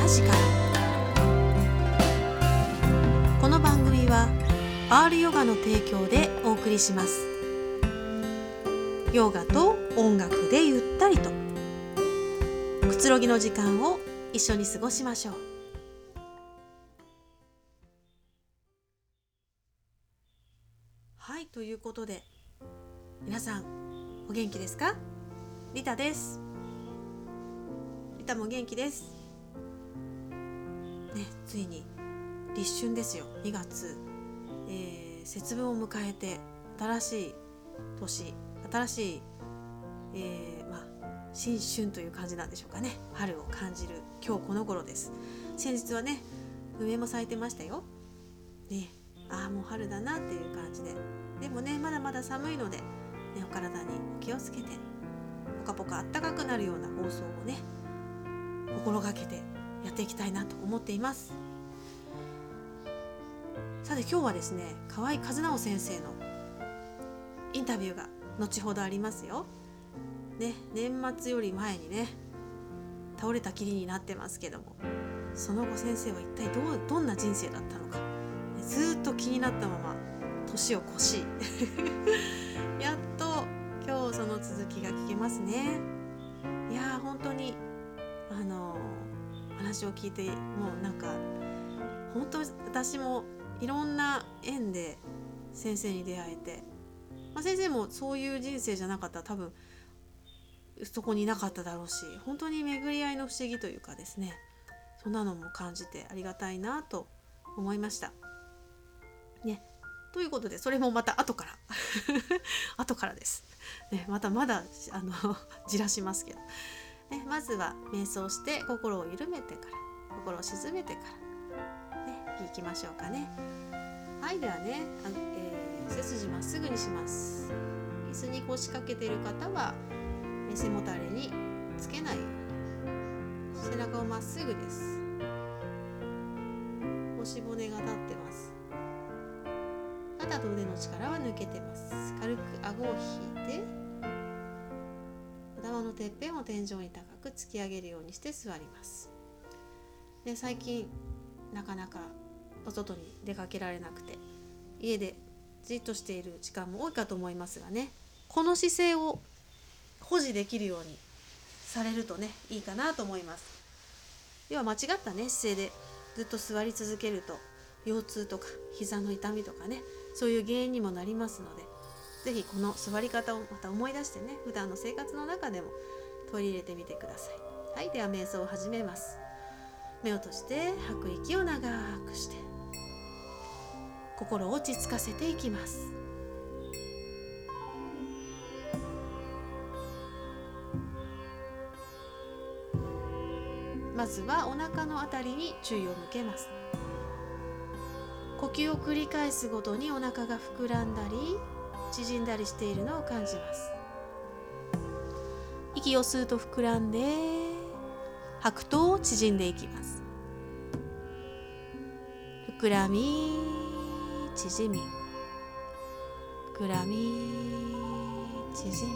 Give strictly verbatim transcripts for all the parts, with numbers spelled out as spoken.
子から。この番組は アール ヨガの提供でお送りします。ヨガと音楽でゆったりとくつろぎの時間を一緒に過ごしましょう。はい、ということで皆さんお元気ですか？リタです。リタも元気です。ね、ついに立春ですよ。にがつ、えー、節分を迎えて新しい年、新しい、えー、まあ新春という感じなんでしょうかね。春を感じる今日この頃です。先日はね、梅も咲いてましたよ。ね、ああもう春だなっていう感じで。でもね、まだまだ寒いので、ね、お体に気をつけて、ポカポカあったかくなるような放送をね、心がけてやっていきたいなと思っています。さて今日はですね、河合和直先生のインタビューが後ほどありますよ。ね、年末より前にね、倒れたきりになってますけども、その後先生は一体どうどんな人生だったのか、ずっと気になったまま年を越しやっと今日その続きが聞けますね。いやー本当にあの話を聞いて、もうなんか本当私もいろんな縁で先生に出会えて、まあ、先生もそういう人生じゃなかったら多分そこにいなかっただろうし、本当に巡り合いの不思議というかですね、そんなのも感じてありがたいなと思いましたね。ということで、それもまた後から後からです、ね、またまだあのじらしますけど、ね、まずは瞑想して心を緩めてから、心を静めてから、ね、聞きましょうかね。はい、ではね、あの、えー、背筋まっすぐにします。椅子に腰掛けている方は背もたれにつけないように、背中をまっすぐです。腰骨が立ってます。肩と腕の力は抜けてます。軽く顎を引いて、頭のてっぺんを天井に高く突き上げるようにして座ります。で、最近なかなかお外に出かけられなくて、家でじっとしている時間も多いかと思いますがね、この姿勢を保持できるようにされるとね、いいかなと思います。では間違ったね姿勢でずっと座り続けると、腰痛とか膝の痛みとかね、そういう原因にもなりますので、ぜひこの座り方をまた思い出してね、普段の生活の中でも取り入れてみてください。はい、では瞑想を始めます。目を閉じて吐く息を長くして、心を落ち着かせていきます。まずはお腹のあたりに注意を向けます。呼吸を繰り返すごとにお腹が膨らんだり縮んだりしているのを感じます。息を吸うと膨らんで、吐くと縮んでいきます。膨らみ縮み、膨らみ縮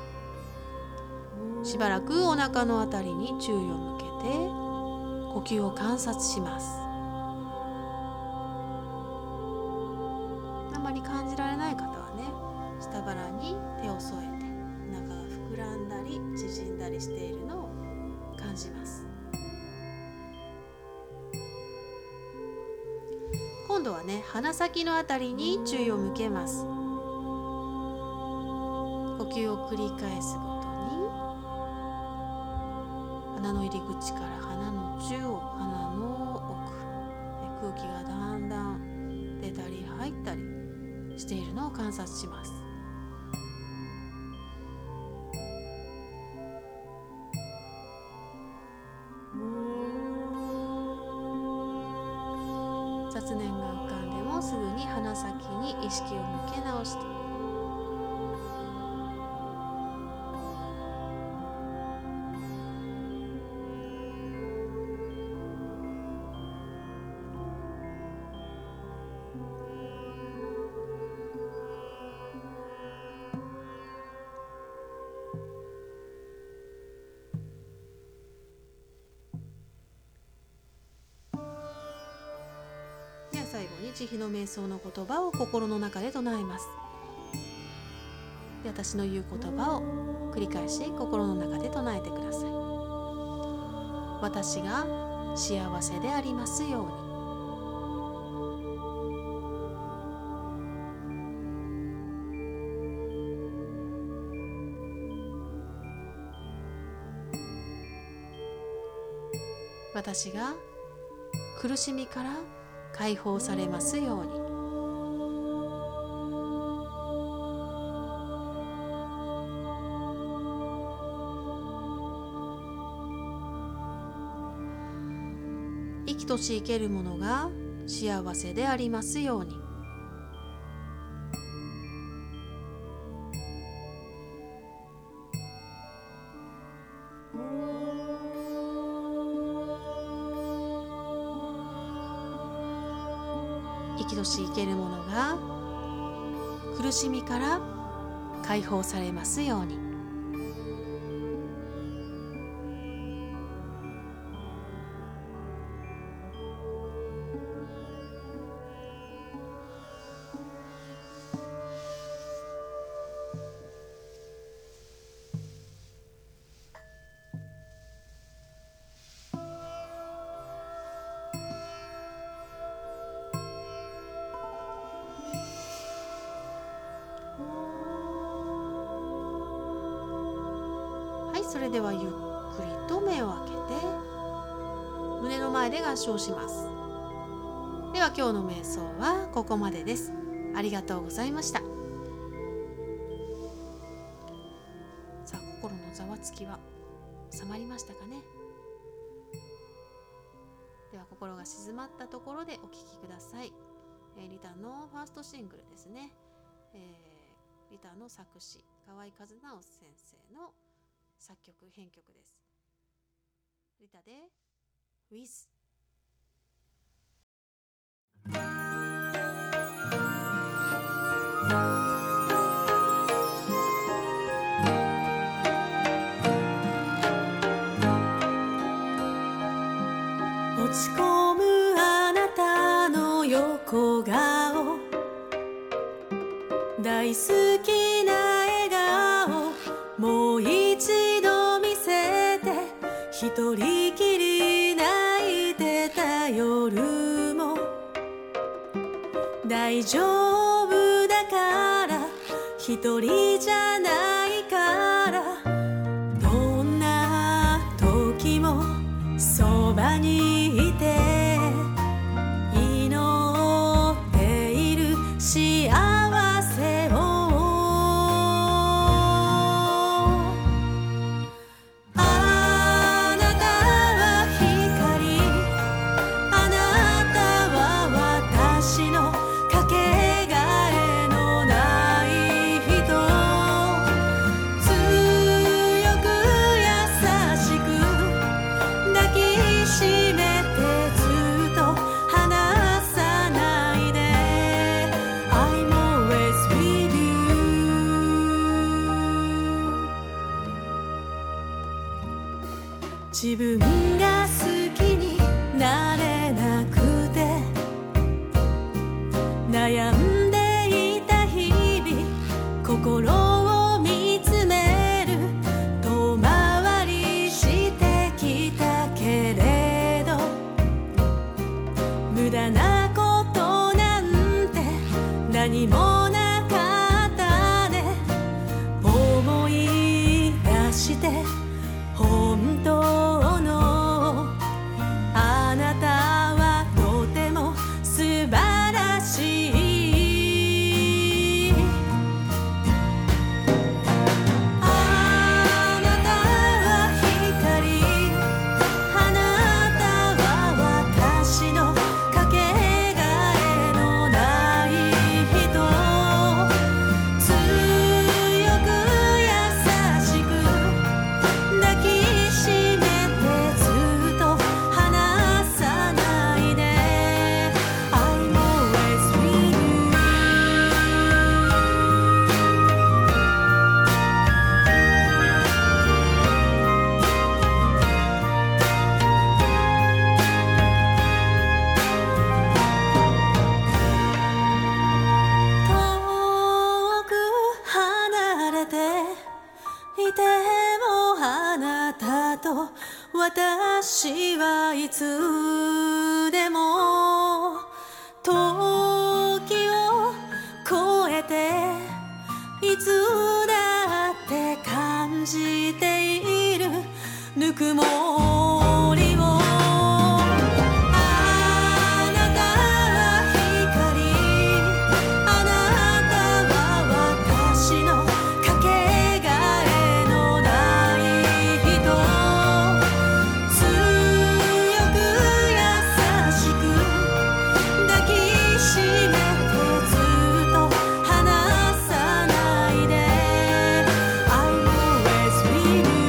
み。しばらくお腹のあたりに注意を向けて呼吸を観察します。あまり感じられない方はね、下腹に手を添えてお腹が膨らんだり縮んだりしているのを感じます。今度はね、鼻先のあたりに注意を向けます。呼吸を繰り返すごとに、鼻の入り口から鼻の中央、鼻の奥、空気がだんだん出たり入ったりしているのを観察します。雑念が浮かんでもすぐに鼻先に意識を向け直して、 最後に慈悲の瞑想の言葉を心の中で唱えます。で、私の言う言葉を繰り返し心の中で唱えてください。私が幸せでありますように。私が苦しみから解放されますように。生きとし生けるものが幸せでありますように。生きとし生けるものが苦しみから解放されますように。それではゆっくりと目を開けて胸の前で合掌します。では今日の瞑想はここまでです。ありがとうございました。さあ、心のざわつきは収まりましたかね。では心が静まったところでお聴きください。えー、リタのファーストシングルですね。えー、リタの作詞河合和直先生の作曲編曲です。リタで With。 落ち込むあなたの横顔、大好きな笑顔、もう一度見せて。一人きり泣いてた夜も大丈夫だから、一人じゃないから、どんな時もそばにいて祈っている幸せを。自分が好きになれなくて悩んでいた日々、心を見つめる遠回りしてきたけれど、無駄なことなんて何もなかったね。思い出して本当のあなたはとても素晴らしい。あなたは光、あなたは私のかけいつでも時を超えていつだって感じているぬくもりをあなたは光あなたは私のかけがえのない人強く優しく抱きしめてずっと離さないで I'm always with you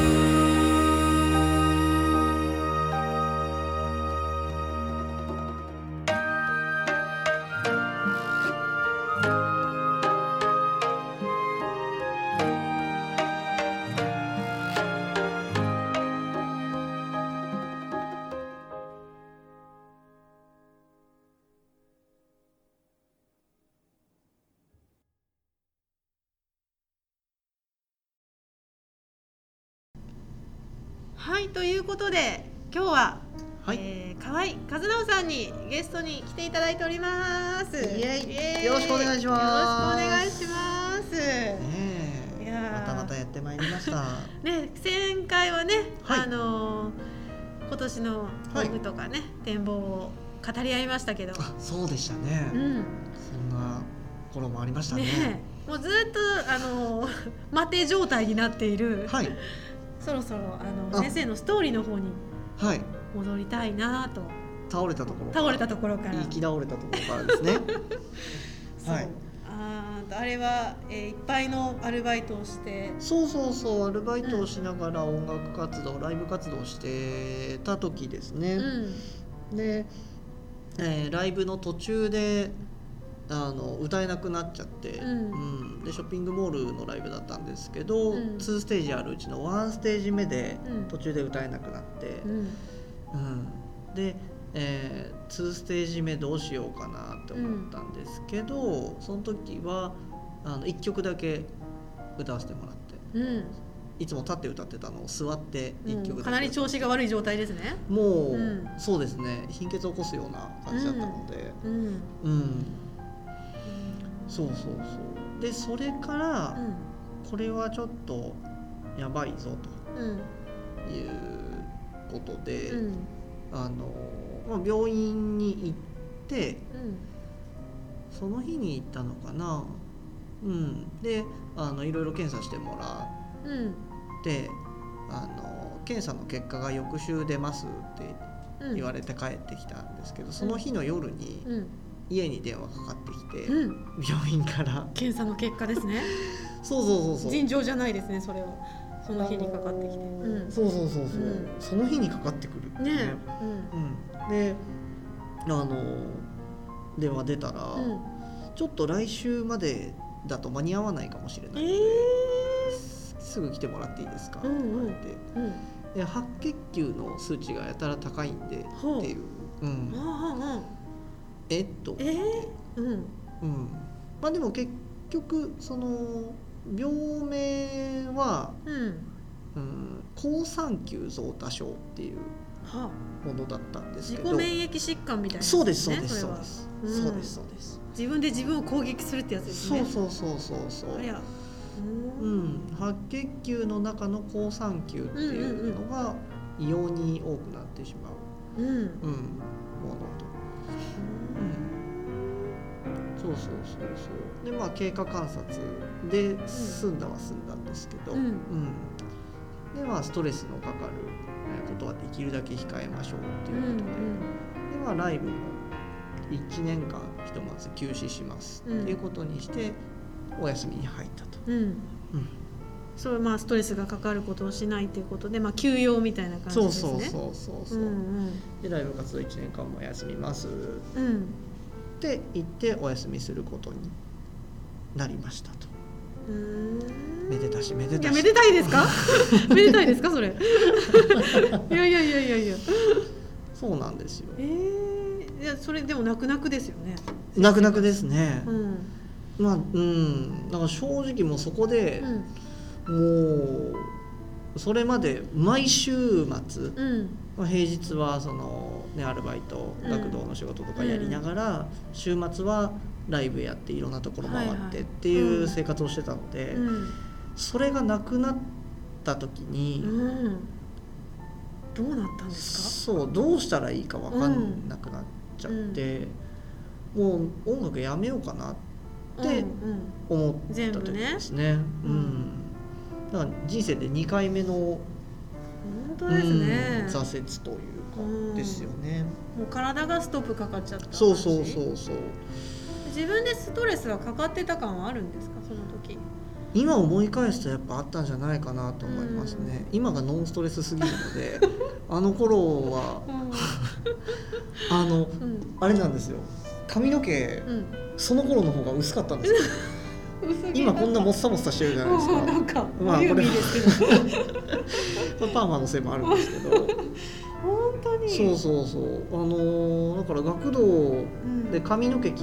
はい、ということで今日は、 はいえー、河合和直さんにゲストに来ていただいております。 イエイイエイよろしくお願いしますよろしくお願いします。 ねえいやーまたまたやってまいりましたね、前回はね、 はいあのー今年の抱負とかね、展望を語り合いましたけど、 あ、そうでしたね、 うん、 そんな頃もありましたねねもうずっとあのー待て状態になっている、 はいそろそろあのあ先生のストーリーの方にはい戻りたいなと。 倒れたところ倒れたところから生き倒れたところからですねそう、 はいあーあれは、えーいっぱいのアルバイトをしてそうそうそうアルバイトをしながら音楽活動、ライブ活動をしてた時ですね、 うんで、えーライブの途中であの歌えなくなっちゃって、 うんうんでショッピングモールのライブだったんですけど、 うんにステージあるうちのいちステージ目でうん途中で歌えなくなって、 うんうんで、えー、にステージ目どうしようかなって思ったんですけど、その時はあのいっきょくだけ歌わせてもらってうんいつも立って歌ってたのを座っていっきょくだけ、 かなり調子が悪い状態ですね。 もう、 うんそうですね貧血を起こすような感じだったので、 うんうんそうそうそうでそれからこれはちょっとやばいぞうんということで、 うんあのまあ、病院に行ってうんその日に行ったのかな、うん、であのいろいろ検査してもらうんってあの検査の結果が翌週出ますってうん言われて帰ってきたんですけど、その日の夜にうん家に電話かかってきて、 うん病院から検査の結果ですね。 そうそうそうそう尋常じゃないですね、それは。その日にかかってきて、 あのうーんそうそうそうそう、 うんその日にかかってくるってねうん、であのー電話出たら、 うんうんちょっと来週までだと間に合わないかもしれないので、 えすぐ来てもらっていいですか、 うんうんってーうんで白血球の数値がやたら高いんでほうっていう、うん、 ああああえっと、 えーうんうん、まあでも結局その病名は、 うんうん、好酸球増多症っていうはあものだったんです自けど、 己免疫疾患みたいなやつそうですそうねですそれはそうです、 うんそうですそうです、 自分で自分を攻撃するってやつですね。 そうそうそうそうそうありゃううんん、白血球の中の好酸球っていうのが異様に多くなってしまう、 うんうんうん、ものと、うん、そうそうそうそうでまあ経過観察で済んだは済んだんですけど、 うんうんでまあストレスのかかるえーことはできるだけ控えましょうっていうことで、でまあライブもいちねんかんひとまず休止しますっていうことにしてお休みに入ったと、 うんうんうんそうまあストレスがかかることをしないということで、まあ、休養みたいな感じですね。 そうそうそうそうそう、 うんでライブ活動いちねんかんも休みますっうんうんて言ってお休みすることになりましたと。 うーんめでたしめでたしいやめでたいですかめでたいですかそれいやいやいやいやいやそうなんですよ。 えー、いやそれでも泣く泣くですよね。 泣く泣くですね、 うんまあうんだから正直もうそこで、 うんもうそれまで毎週末、 うんまあ、平日はその、ね、アルバイト学童の仕事とかやりながら、うん、週末はライブやっていろんなところ回ってっていう生活をしてたので、はいはい、うん、それがなくなった時に、うん、 どうなったんですか？そうどうしたらいいか分かんなくなっちゃって、うん、もう音楽やめようかなって思った時ですね。うん、うん、だから人生でにかいめの本当ですね、 うん、挫折というかですよね。 もう体がストップかかっちゃった。 そうそうそうそう。 自分でストレスはかかってた感はあるんですか、その時？ 今思い返すとやっぱあったんじゃないかなと思いますね、うん、今がノンストレスすぎるのであの頃は、うん、あの、うん、あれなんですよ、髪の毛、うん、その頃の方が薄かったんですよ今こんなもっさもっさしてるじゃないですか、うん、なんかまあこれはパーマのせいもあるんですけど本当にそうそうそう、あのー、だから学童で髪の毛切って、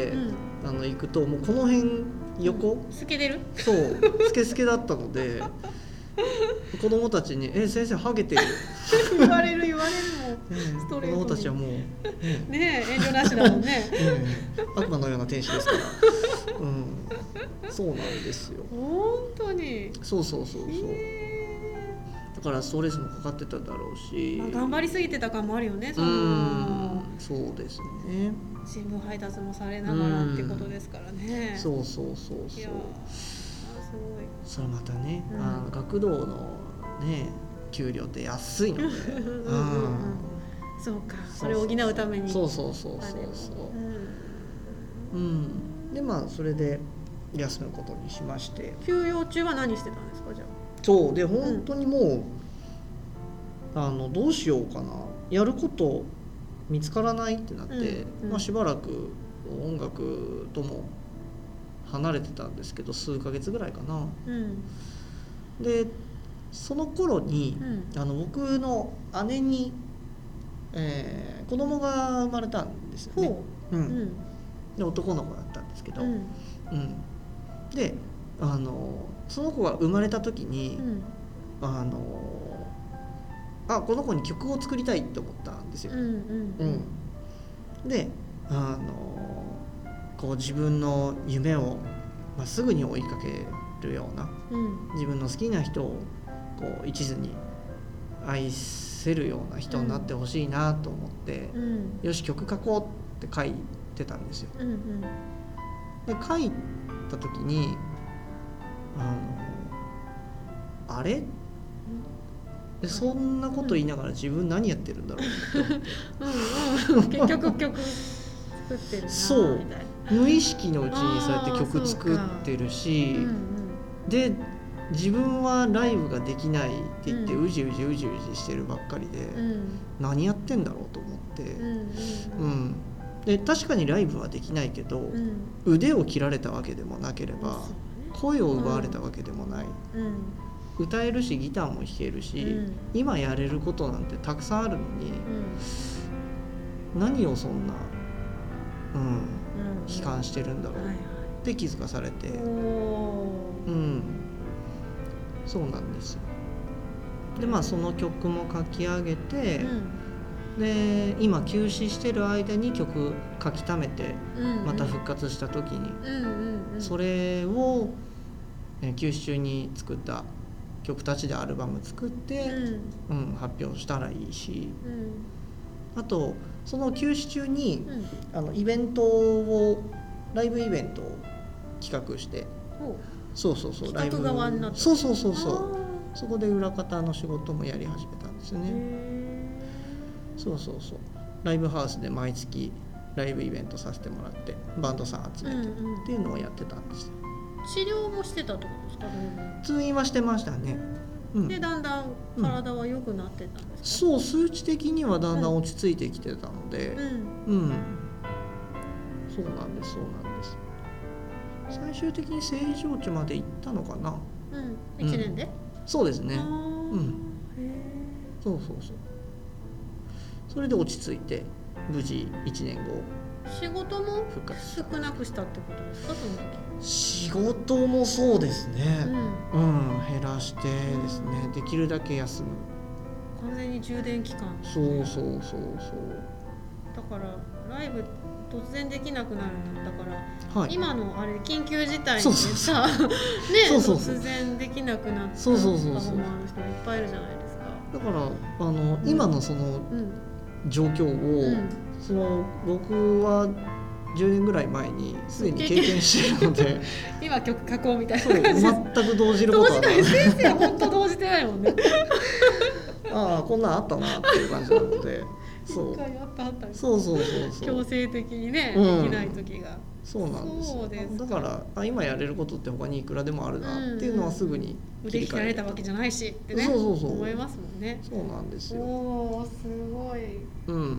うん、あの行くともうこの辺横透けてる？ そうスケスケだったので子供たちに「え先生ハゲてる」 言われる言われるもん、ね、ストレートに子供たちはもうねねえ遠慮なしだもんね、 うん、悪魔のような天使ですから、うん、そうなんですよ本当にそうそうそうそう、だからストレスもかかってただろうし、 まあ、頑張りすぎてた感もあるよね。そのうんそうですね、 新聞配達もされながらってことですからね。 うそうそうそうそう、いやすごい。 それまたね、うん、あの学童のね給料って安いのでうん、 そうか、それを補うためにそうそうそうそうそう、うん、うん、でまあそれで休むことにしまして。 休養中は何してたんですか？じゃあそうで本当にもう、うん、あのどうしようかな、やること見つからないってなって、うんうん、まあ、しばらく音楽とも離れてたんですけど数ヶ月ぐらいかな、うん、でその頃に、うん、あの僕の姉に、えー、子供が生まれたんですよね、うんうん、で男の子だったんですけど、うんうん、であのその子が生まれた時に、うん、あのあこの子に曲を作りたいって思ったんですよ、うんうんうん、であのこう自分の夢を、まあ、すぐに追いかけるような、うん、自分の好きな人をこう一途に愛せるような人になってほしいなと思って、うん、よし曲書こうって書いてたんですよ、うんうん、で書いた時にあのあれでそんなこと言いながら自分何やってるんだろうってうん、うん、結局曲作ってるなそうみたいな、無意識のうちにそうやって曲作ってるし、うんうん、で自分はライブができないって言って、うん、うじうじうじうじしてるばっかりで、うん、何やってんだろうと思って、うんうんうん、で確かにライブはできないけど、うん、腕を切られたわけでもなければ、声を奪われたわけでもない、うんうん、歌えるしギターも弾けるし、うん、今やれることなんてたくさんあるのに、うん、何をそんな、うんうん、悲観してるんだろうって気づかされて、うん、そうなんですよ。でまあその曲も書き上げて、うん、で今休止してる間に曲書き溜めて、うんうん、また復活した時に、うんうんうん、それを休止中に作った曲たちでアルバム作って、うんうん、発表したらいいし、うん、あとその休止中に、うん、あのイベントをライブイベントを企画して、そうそうそう企画側になってそうそうそうそうそこで裏方の仕事もやり始めたんですよね。そうそうそうライブハウスで毎月ライブイベントさせてもらってバンドさん集めてっていうのをやってたんですよ。 治療もしてたってことですか？ 通院はしてましたね、 うん、でだんだん体は良くなってたんですか？うん、そう数値的にはだんだん落ち着いてきてたので、うん、うん、そうなんですそうなんです。最終的に正常値まで行ったのかな、 うん、いちねんで、うん、 そうですね、うん、そうそうそうそれで落ち着いて無事いちねんご仕事も少なくしたってことですか？その時仕事もそうですね、うん、うん、減らしてですね、うん、できるだけ休む完全に充電期間、 そうそうそうそうだからライブ突然できなくなるんだから、 はい、 今のあれ緊急事態でそうそうさねそうそうそう突然できなくなったパフそうそうそうそうォーマーの人がいっぱいいるじゃないですか。 だからあの今のそのうん状況を、 うんその僕はじゅうねんぐらい前にすでに経験しているので今曲書こうみたいなそう感じで全く動じることはない動じない先生は本当動じてないもんねああこんなんあったなっていう感じなのでそう一回あったあったそうそうそうそう強制的にね、 うんできない時がそうなんですそうですかだからあ今やれることって他にいくらでもあるなっていうのはすぐに切腕り替え切られたわけじゃないしってねそうそうそう思いますもんね。 そうなんですよ、 おーすごい。 うん、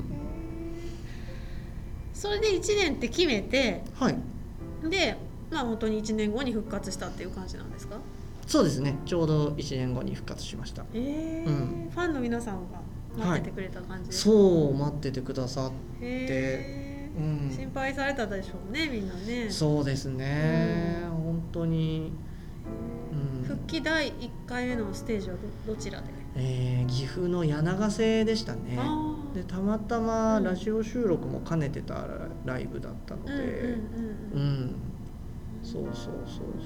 それでいちねんって決めてはいでまあ本当にいちねんごに復活したっていう感じなんですか？ そうですねちょうどいちねんごに復活しました。 えーうんファンの皆さんが待っててくれた感じで、 そう待っててくださっへーうん心配されたでしょうねみんなね。 そうですね、 うん本当に、うん復帰だいいっかいめのステージは ど, どちらで、 えー岐阜の柳ヶ瀬でしたね。 あでたまたまラジオ収録も兼ねてたライブだったので、 うんうんうんううんんそうそうそうそう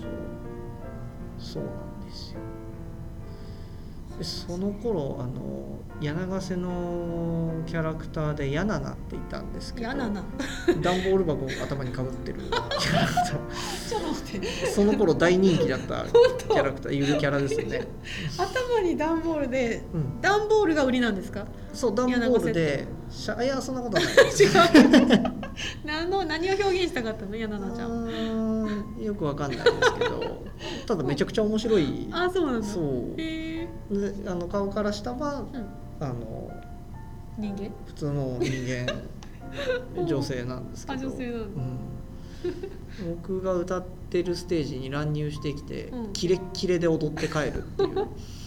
そうなんですよ。でその頃あの柳ヶ瀬のキャラクターでヤナナっていたんですけど、 やなな段ボール箱を頭にかぶってるキャラクターちょっと待ってその頃大人気だったキャラクターゆるキャラですよね、 頭に段ボールでうん、 段ボールが売りなんですか？ そう段ボールでしゃいやそんなことはない違う何の何を表現したかったのやななちゃんは。 あーよくわかんないですけどただめちゃくちゃ面白いあそうなんだ。 そうへであの顔から下は、 うんあの人間普通の人間女性なんですけどあ女性なんだ、 うん、僕が歌ってるステージに乱入してきて、 うんキレッキレで踊って帰るっていう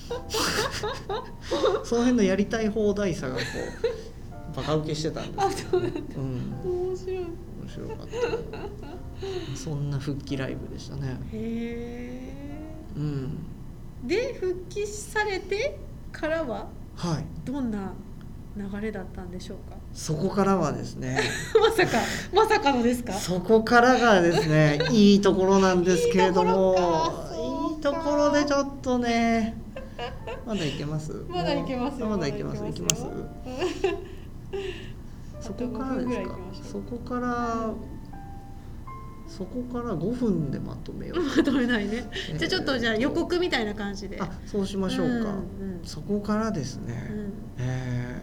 その辺のやりたい放題さがこうバカ受けしてたんですけど、ね、うん、 面白い。 面白かったそんな復帰ライブでしたね。 へうんーで復帰されてからははいどんな流れだったんでしょうか？ そこからはですねまさかまさかのですか？ そこからがですねいいところなんですけれどもいいところかいいところでちょっとねまだいけますまだいけますよまだいけますまだいけまいきますすそこからあとごふんぐですからい行きましょうそこからそこからごふんでまとめようまとめないね。 えーじゃあちょっとじゃあ予告みたいな感じで。 あそうしましょうか、 うんうんそこからですね、 うんえ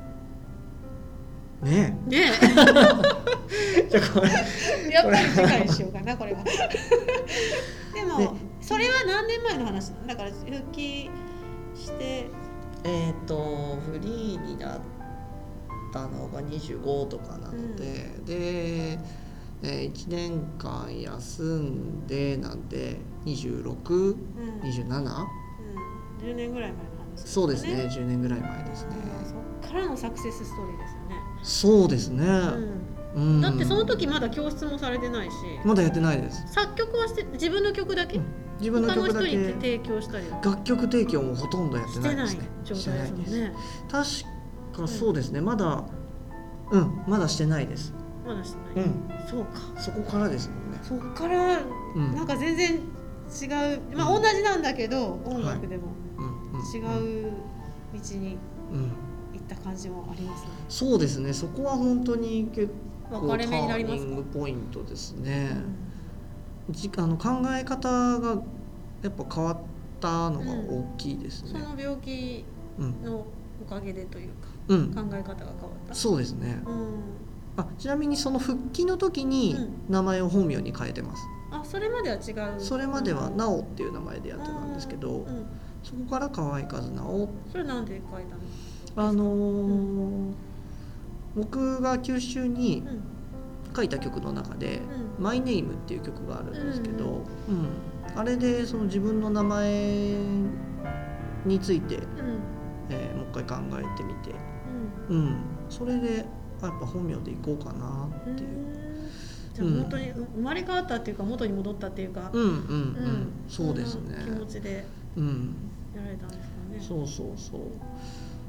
ー、ねねえじゃあこれえやっぱり次回にしようかなこれは。でも、 ねそれは何年前の話なの？だから復帰してえっ、とフリーになったのがにじゅうごとかなので、 うんで、えー、いちねんかん休んでなんでにじゅうろく、 うんにじゅうなな、 うん、じゅうねんぐらい前の話ですね。 そうですねじゅうねんぐらい前ですね。 あーそっからのサクセスストーリーですよね。 そうですね、 ううんん、だってその時まだ教室もされてないし、 まだやってないです。 作曲はして自分の曲だけ、 うん自分の他の曲だ人にけ提供したりは楽曲提供もほとんどやってしてないないですね。 状態ですもんしてないね。 です確かそうですね、まだうんまだしてないです。 まだしてない、 うんそうか。 そこからですもんね。 そっからうんなんか全然違う、まあ同じなんだけど音楽でもうんうん違う道にうん行った感じもありますね。 そうですねそこは本当に結構分かれ目になりますかターニングポイントですね。じあの考え方がやっぱ変わったのが大きいですね。 その病気うんのおかげでというか、 うん考え方が変わった。 そうですね。 うん、 あちなみにその復帰の時にう名前を本名に変えてます。 あそれまでは違う。 それまではなおっていう名前でやってたんですけど、 うん、 そこから河合和直それなんで書いたの？ あのー僕が九州にうん書いた曲の中で「 うマイネームっていう曲があるんですけど、うんあれでその自分の名前について、 うんえーもう一回考えてみて、 うんうん、それであやっぱ本名でいこうかなっていう。 じゃあ本当に生まれ変わったっていうか元に戻ったっていうか、 うんうんうん、 うんそうですね。 そんな気持ちでうん、 やられたんですかね。 そうそうそう。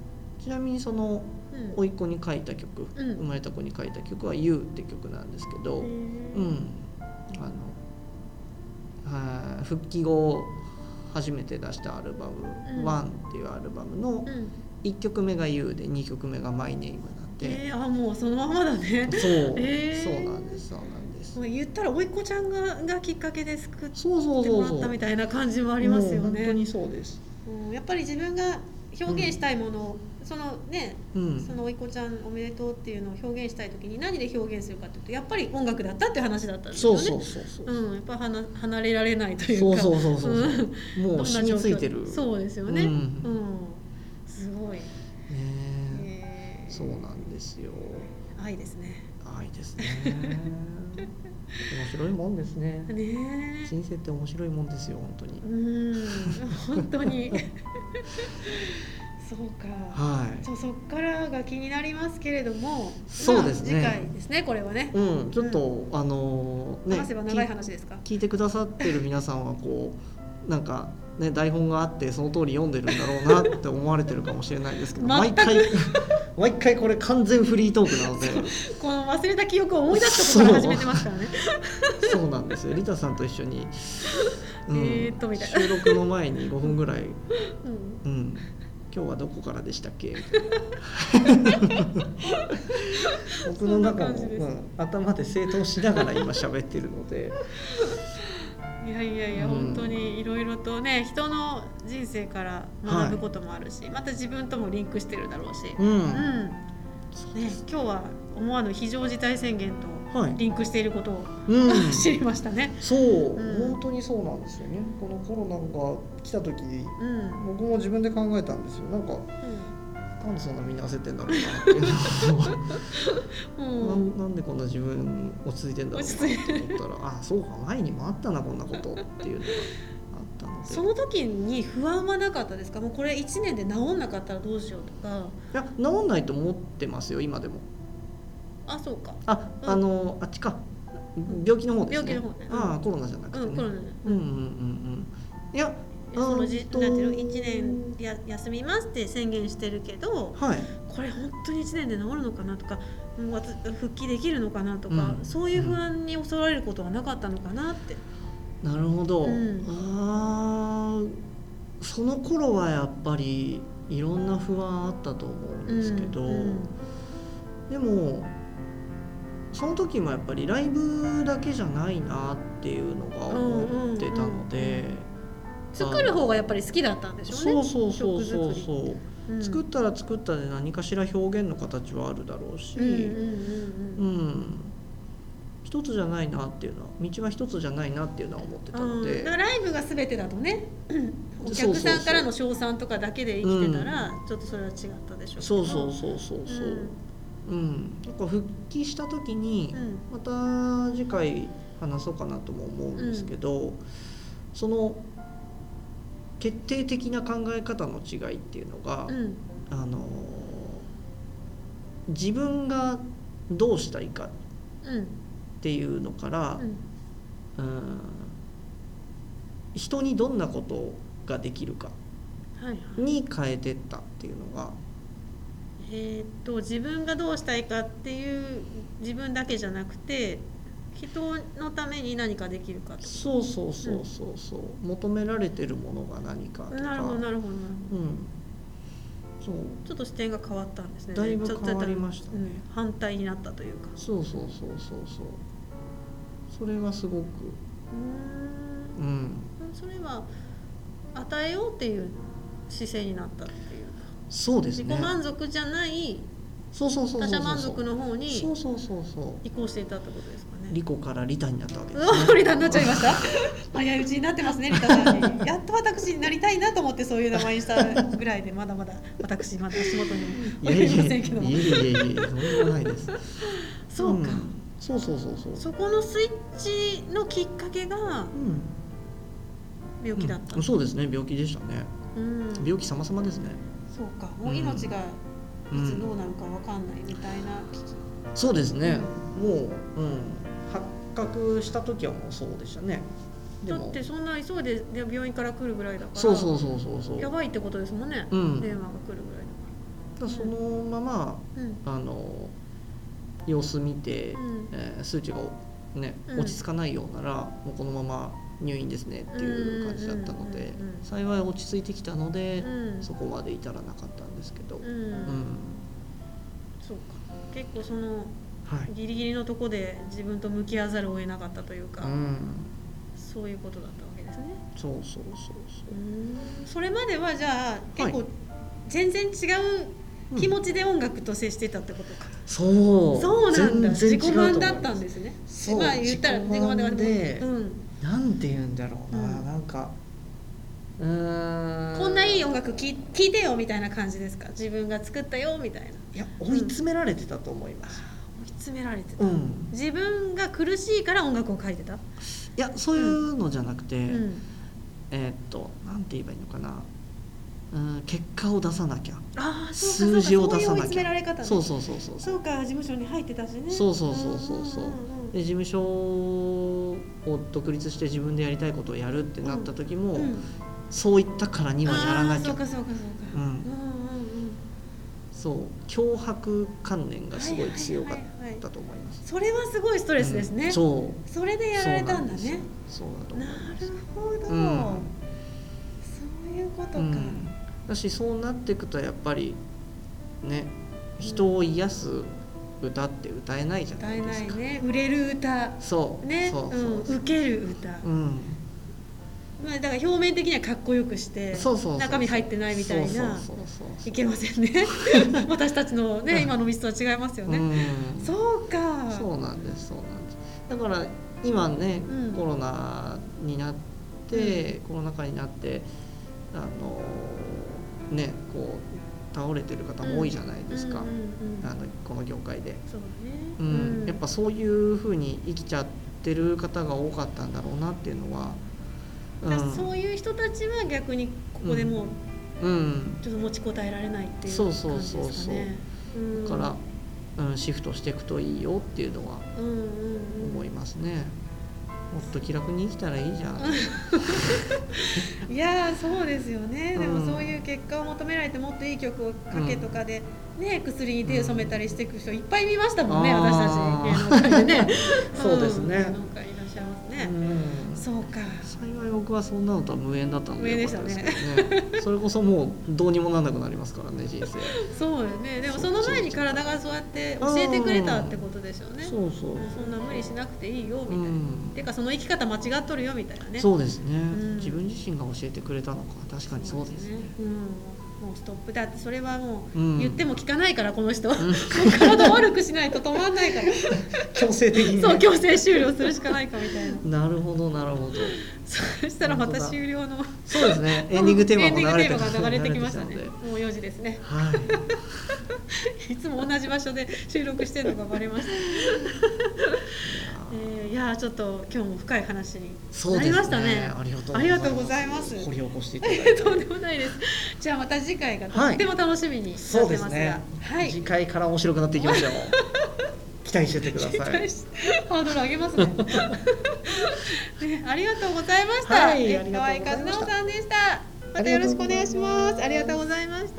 ちなみにそのうん甥っ子に書いた曲、 うん生まれた子に書いた曲は「You」って曲なんですけど、 へーうんあのは復帰後初めて出したアルバム「 うんワン」っていうアルバムのうんいっきょくめが「You」でにきょくめが「マイネーム」なんで、 えー、あもうそのままだね。 そう、 えーそうなんですそうなんですもう言ったら甥っ子ちゃんががきっかけで作っそうそうてもらそうそうったみたいな感じもありますよもう本当にね。 そうです、 うんやっぱり自分が表現したいものを、そのね、 うん、 その甥っ子ちゃんおめでとうっていうのを表現したい時に何で表現するかっていうとやっぱり音楽だったっていう話だったんですよね。 そうそうそうそう、 うん、やっぱ離離れられないというか。 そうそうそうそうそううんもう染みついてるそうですよね。 ううんん、すごい。 ねええーそうなんですよ愛ですね。 愛ですね面白いもんですねねえ。 人生って面白いもんですよ本当に、 うん、本当に。そうか。 はいちょそっからが気になりますけれども、 そうですねまあ次回ですねこれはね。 うんちょっと、あのね話せば長い話ですか。 聞いてくださってる皆さんはこうなんかね台本があってその通り読んでるんだろうなって思われてるかもしれないですけど毎全く回毎回これ完全フリートークなのでこの忘れた記憶を思い出したところから始めてますからね。 そうなんですよリタさんと一緒に、うんえーっとみたいな収録の前にごふんぐらい、 うんうん、今日はどこからでしたっけみたいな僕の中も、 そんな感じですうん、頭で整頓しながら今喋ってるのでいやいやいや、 うん本当にいろいろとね人の人生から学ぶこともあるし、また自分ともリンクしてるだろうし、 うん、 うんね、今日は思わぬ非常事態宣言とはい、 リンクしていることを、 うん知りましたね。 そう、 うん本当にそうなんですよねこのコロナが来た時うん僕も自分で考えたんですよなんかうなんでそんなみんな焦ってんだろうなっていうのをんうんなんなんでこんな自分落ち着いてんだろうなと落ち着い思ったらあそうか前にもあったなこんなことっていうのがあったのでその時に不安はなかったですか。もうこれいちねんで治んなかったらどうしようとか。 いや治んないと思ってますよ今でもあそうか。 あ、 うんあのあっちか病気の方ですね病気の方ねうんああコロナじゃなくてね、 うんコロナで、 うんうんうんうんいやそのじあーとなんていうのいちねんや休みますって宣言してるけど、 はいこれ本当にいちねんで治るのかなとか、うんわた復帰できるのかなとか、 うんそういう不安に襲われることはなかったのかなって。 なるほど、 うんあーその頃はやっぱりいろんな不安あったと思うんですけど、 うんうんでもその時もやっぱりライブだけじゃないなっていうのが思ってたので、 作る方がやっぱり好きだったんでしょうね。 そうそうそうそう曲そう、 うん作ったら作ったで何かしら表現の形はあるだろうし、 うんうんうんううんん一つじゃないなっていうのは道は一つじゃないなっていうのは思ってたので、 うんだからライブが全てだとねおそうそうそう客さんからの称賛とかだけで生きてたら、ちょっとそれは違ったでしょうけど。 そうそうそうそうそう、 うんうん、なんか復帰した時に、 うんまた次回話そうかなとも思うんですけど、その決定的な考え方の違いっていうのが、 うんあの自分がどうしたいかうんっていうのからう、んうん人にどんなことができるかはいはいに変えてったっていうのが、 えーっと自分がどうしたいかっていう自分だけじゃなくて人のために何かできるかってこそうそうそうそうそう、求められてるものが何かとか、 となるほどなるほどなるほどうん、そうちょっと視点が変わったんですね。 だいぶちょっと変わりましたねうん反対になったというか。 そうそうそうそうそうそれがすごく、 うーんうん、 それは与えようっていう姿勢になったっていうか、 そうですね自己満足じゃないそうそうそうそうそう他者満足の方にそうそうそうそう移行していたってことですかね。 リコからリタになったわけですうわリタになっちゃいました早いうちになってますねリタさんに。やっと私になりたいなと思ってそういう名前にしたぐらいでまだまだ私まだ足元にもいやいや及びませんけどもいやいやいやいやとんでもないですそうか、 んそうそうそうそうそこのスイッチのきっかけがうん病気だった、 うんそうですね病気でしたねうん病気様々ですねそうかもう命がいつどうなるかわかんないみたいな危機、 そうですねもう、うん、発覚した時はもうそうでしたねでもだってそんな急いで病院から来るぐらいだからそうそうそうそうそうやばいってことですもんね、 うん電話が来るぐらいだかだそのまま、 うん、 あの様子見て、 うんえー数値が、ね、 うん落ち着かないようなら、もうこのまま入院ですねっていう感じだったので、 うんうんうんうん幸い落ち着いてきたので、 うんそこまで至らなかったんですけど、 うんうんそうか、結構そのはいギリギリのとこで自分と向き合わざるを得なかったというか、 うん、 そういうことだったわけですね。 そうそうそうそううんそれまではじゃあ結構全然違う気持ちで音楽と接してたってことか、 そうそうなんだ、 全然違うと思います。 自己満だったんですね。 そう、 まあ言ったら自己満で、 うん、 なんて言うんだろうな、 うんなんかうーんこんないい音楽聴いてよみたいな感じですか、自分が作ったよみたいな。 いや追い詰められてたと思います、 追い詰められてた、 うん、 自分が苦しいから音楽を書いてた。 いやそういうのじゃなくて、 うんえーっとなんて言えばいいのかな、うん、結果を出さなきゃ、 ああそうか数字を出さなきゃ、 そういう追い詰められ方ね。 そうそうそうそうそうか、事務所に入ってたしね。 そうそうそうそうそう、 んんんで事務所を独立して自分でやりたいことをやるってなった時も、 うんそういったからにはやらなきゃ、 あーそうかそうかそうか、 うんうんうんうん、 そう脅迫観念がすごい強かっはいはいはいはいたと思います。 それはすごいストレスですね、 うんそうそれでやられたんだね。 そうだと思いなます。 るほど、 うんそういうことか、 うんだしそうなっていくとやっぱりね、人を癒す歌って歌えないじゃな歌えいですか。 ないね、売れる歌そうね、 そうそうそう、 うん、受ける歌、 うんまあ、だから表面的にはかっこよくしてそうそうそう中身入ってないみたいな、 そうそうそうそういけませんね私たちのね、 うん今の道とは違いますよね、 うんそうか、 そうなんですそうなんですだから今ね、 うんコロナになって、コロナ禍になってあのねこう倒れてる方も多いじゃないですか、 うんうんうんうん、 あのこの業界で、 そうだね、 うんうんやっぱそういう風に生きちゃってる方が多かったんだろうなっていうのは、うだからんそういう人たちは逆にここでもううん、 ちょっと持ちこたえられないっていうそう感じそうそうそうですかね。うんだから、うん、シフトしていくといいよっていうのはうんうんうん思いますね。もっと気楽に生きたらいいじゃん。 いやーそうですよね、でうんもそういう結果を求められてもっといい曲をかけとかで、ね、薬に手を染めたりしていく人いっぱい見ましたもんね、 うん私たち芸能界でねそうですねん芸能界いらっしゃいますね、 うんそうか、 幸い僕はそんなのとは無縁だったの無縁ででしたねよかったですけどね。それこそもうどうにもなんなくなりますからね人生。 そうよね、でもその前に体がそうやって教えてくれたってことでしょうね。 そうそうもうそんな無理しなくていいよみたいな、 うんてかその生き方間違っとるよみたいなね。 そうですね、 ん自分自身が教えてくれたのか確かにそうですね。 うん、もうストップだってそれはもううん言っても聞かないからこの人、もう体悪くしないと止まんないから強制的にね。 そう強制終了するしかないかみたいななるほどなるほど。 そしたらまた終了のそうですね。エンディングテーマも流れてエンディングテーマが流れてきましたね。 流れてきたのでもうよじですね。 はい。 いつも同じ場所で収録してるのがバレました。えー、いやーちょっと今日も深い話になりましたね。 ありがとうありがとうございます。 掘り起こしていただいて。 とんでもないです。じゃあまた次回がとっても楽しみになってますが、 そうですね。 はい。 次回から面白くなっていきますよ。期待しててください。 ハードル上げますね。ね、ありがとうございました。 はいえありがとうございました河合和直さんでした。またよろしくお願いします。ありがとうございました。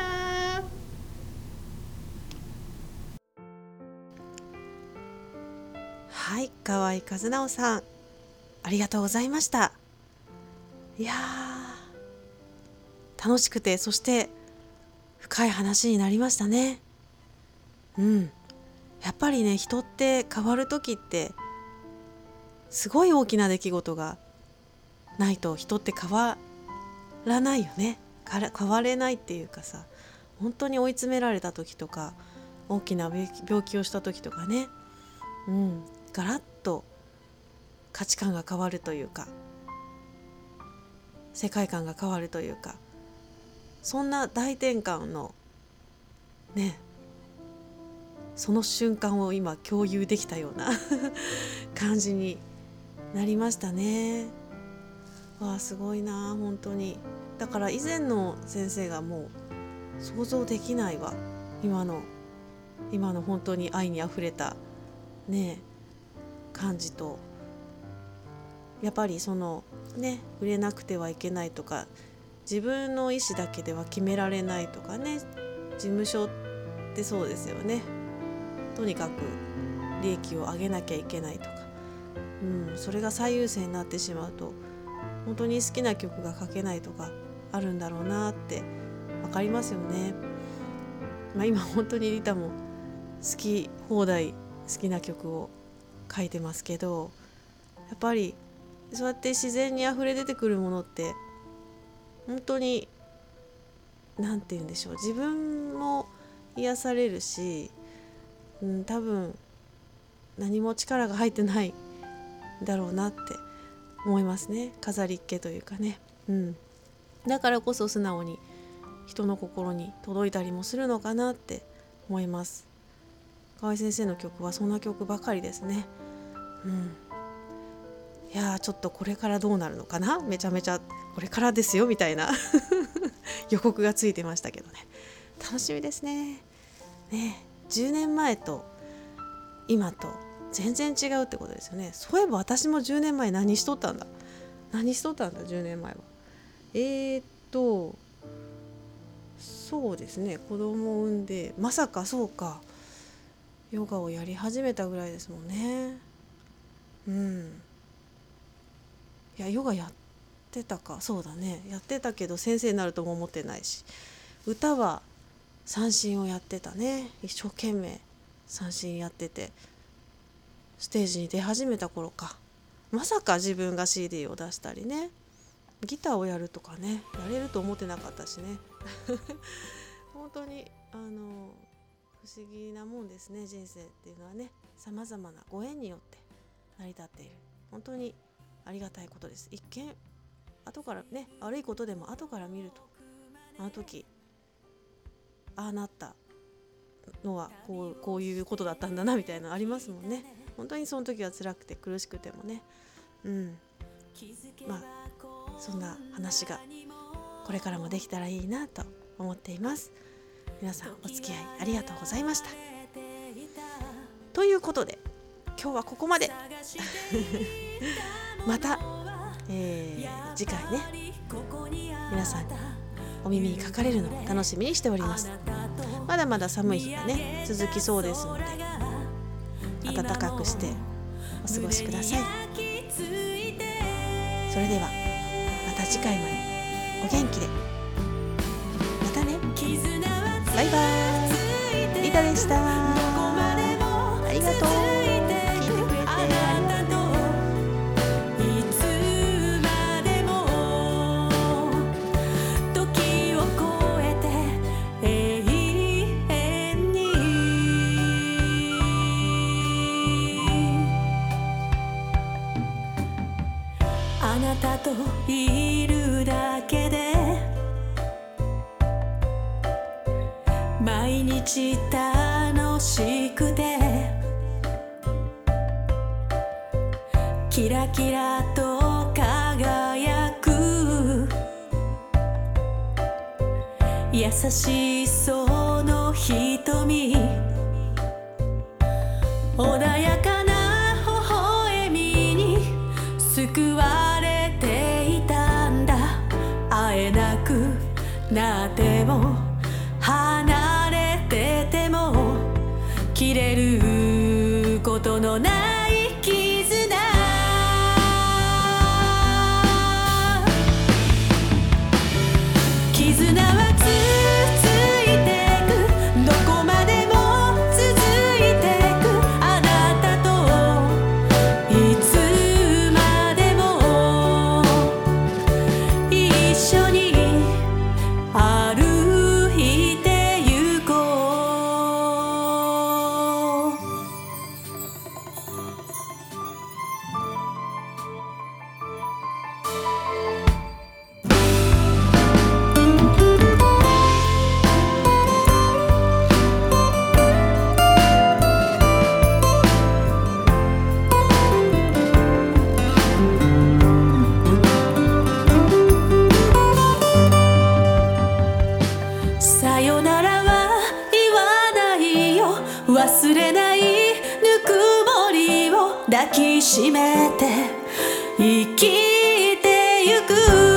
はい、河合和直さん、ありがとうございました。いやー、楽しくて、そして深い話になりましたね。うん。やっぱりね、人って変わる時ってすごい大きな出来事がないと人って変わらないよね。変われないっていうかさ、本当に追い詰められた時とか大きな病気をした時とかね、うん、ガラッと価値観が変わるというか世界観が変わるというか、そんな大転換のね、その瞬間を今共有できたような感じになりましたね。わあ、すごいな本当に。だから以前の先生がもう想像できないわ。今の今の本当に愛にあふれたね感じと、やっぱりそのね売れなくてはいけないとか、自分の意思だけでは決められないとかね、事務所ってそうですよね。とにかく利益を上げなきゃいけないとか、うん、それが最優先になってしまうと本当に好きな曲が書けないとかあるんだろうなって分かりますよね。まあ、今本当にリタも好き放題好きな曲を書いてますけど、やっぱりそうやって自然にあふれ出てくるものって本当になんて言うんでしょう、自分も癒されるし、うん、多分何も力が入ってないんだろうなって思いますね。飾りっ気というかね、うん、だからこそ素直に人の心に届いたりもするのかなって思います。河合先生の曲はそんな曲ばかりですね。うん、いやーちょっとこれからどうなるのかな、めちゃめちゃこれからですよみたいな予告がついてましたけどね、楽しみですね。ね、じゅうねんまえと今と全然違うってことですよね。そういえば私もじゅうねんまえ何しとったんだ何しとったんだじゅうねんまえは。えーっとそうですね、子供を産んで、まさかそうかヨガをやり始めたぐらいですもんね。うん、いやヨガやってたか、そうだね、やってたけど先生になるとも思ってないし、歌は三線をやってたね。一生懸命三線やっててステージに出始めた頃か。まさか自分が シーディー を出したりね、ギターをやるとかね、やれると思ってなかったしね本当にあの不思議なもんですね。人生っていうのはね、さまざまなご縁によって成り立っている、本当にありがたいことです。一見後からね、悪いことでも後から見ると、あの時ああなったのはこう、こういうことだったんだなみたいなのありますもんね。本当にその時は辛くて苦しくてもね、うん、まあそんな話がこれからもできたらいいなと思っています。皆さんお付き合いありがとうございましたということで今日はここまでまた、えー、次回ね皆さんにお耳にかかれるのを楽しみにしております。まだまだ寒い日がね続きそうですので暖かくしてお過ごしください。それではまた次回までお元気で、またね、バイバイ。リタでした。ありがとう、聞いてくれてありがとう。 あなたといるだけで毎日楽しくてキラキラと輝く優しそうの瞳、穏やかな微笑みに救われていたんだ。会えなくなっても離れてても切れることのない絆、絆はつついてく、どこまでも続いてく、あなたといつまでも一緒に歩いてゆこう。さよならは言わないよ、忘れないぬくもりを抱きしめて生きてゆく。